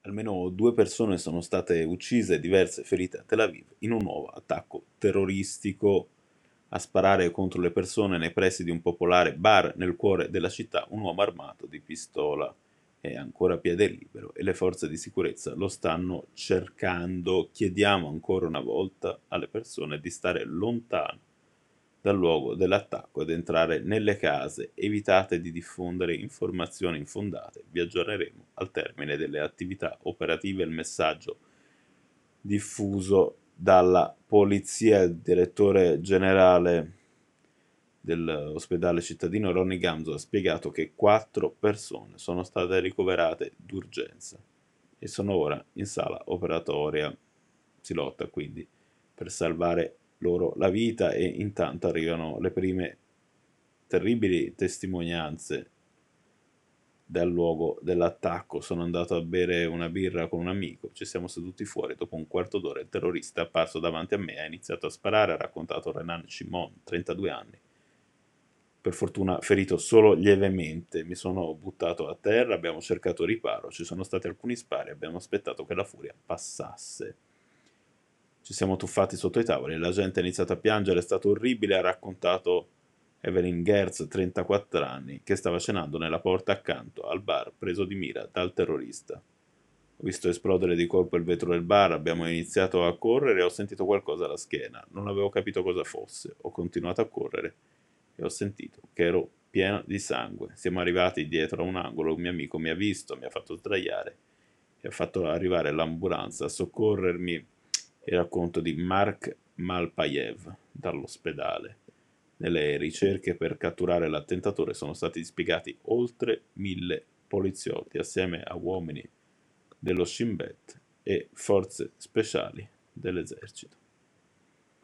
Almeno 2 persone sono state uccise e diverse ferite a Tel Aviv in un nuovo attacco terroristico. A sparare contro le persone nei pressi di un popolare bar nel cuore della città. Un uomo armato di pistola è ancora a piede libero e le forze di sicurezza lo stanno cercando. Chiediamo ancora una volta alle persone di stare lontano dal luogo dell'attacco ed entrare nelle case. Evitate di diffondere informazioni infondate. Vi aggiorneremo al termine delle attività operative. Il messaggio diffuso dalla polizia. Il direttore generale dell'ospedale cittadino Ronny Gamzo ha spiegato che 4 persone sono state ricoverate d'urgenza e sono ora in sala operatoria. Si lotta quindi per salvare loro la vita e intanto arrivano le prime terribili testimonianze dal luogo dell'attacco. Sono andato a bere una birra con un amico, ci siamo seduti fuori, dopo un quarto d'ora il terrorista è apparso davanti a me, ha iniziato a sparare, ha raccontato Renan Shimon, 32 anni. Per fortuna ferito solo lievemente, mi sono buttato a terra, abbiamo cercato riparo, ci sono stati alcuni spari, abbiamo aspettato che la furia passasse. Ci siamo tuffati sotto i tavoli, la gente ha iniziato a piangere, è stato orribile, ha raccontato Evelyn Gertz, 34 anni, che stava cenando nella porta accanto al bar, preso di mira dal terrorista. Ho visto esplodere di colpo il vetro del bar, abbiamo iniziato a correre e ho sentito qualcosa alla schiena. Non avevo capito cosa fosse. Ho continuato a correre e ho sentito che ero pieno di sangue. Siamo arrivati dietro a un angolo, un mio amico mi ha visto, mi ha fatto sdraiare e ha fatto arrivare l'ambulanza a soccorrermi. Il racconto di Mark Malpayev dall'ospedale. Nelle ricerche per catturare l'attentatore sono stati dispiegati oltre 1000 poliziotti assieme a uomini dello Shin Bet e forze speciali dell'esercito.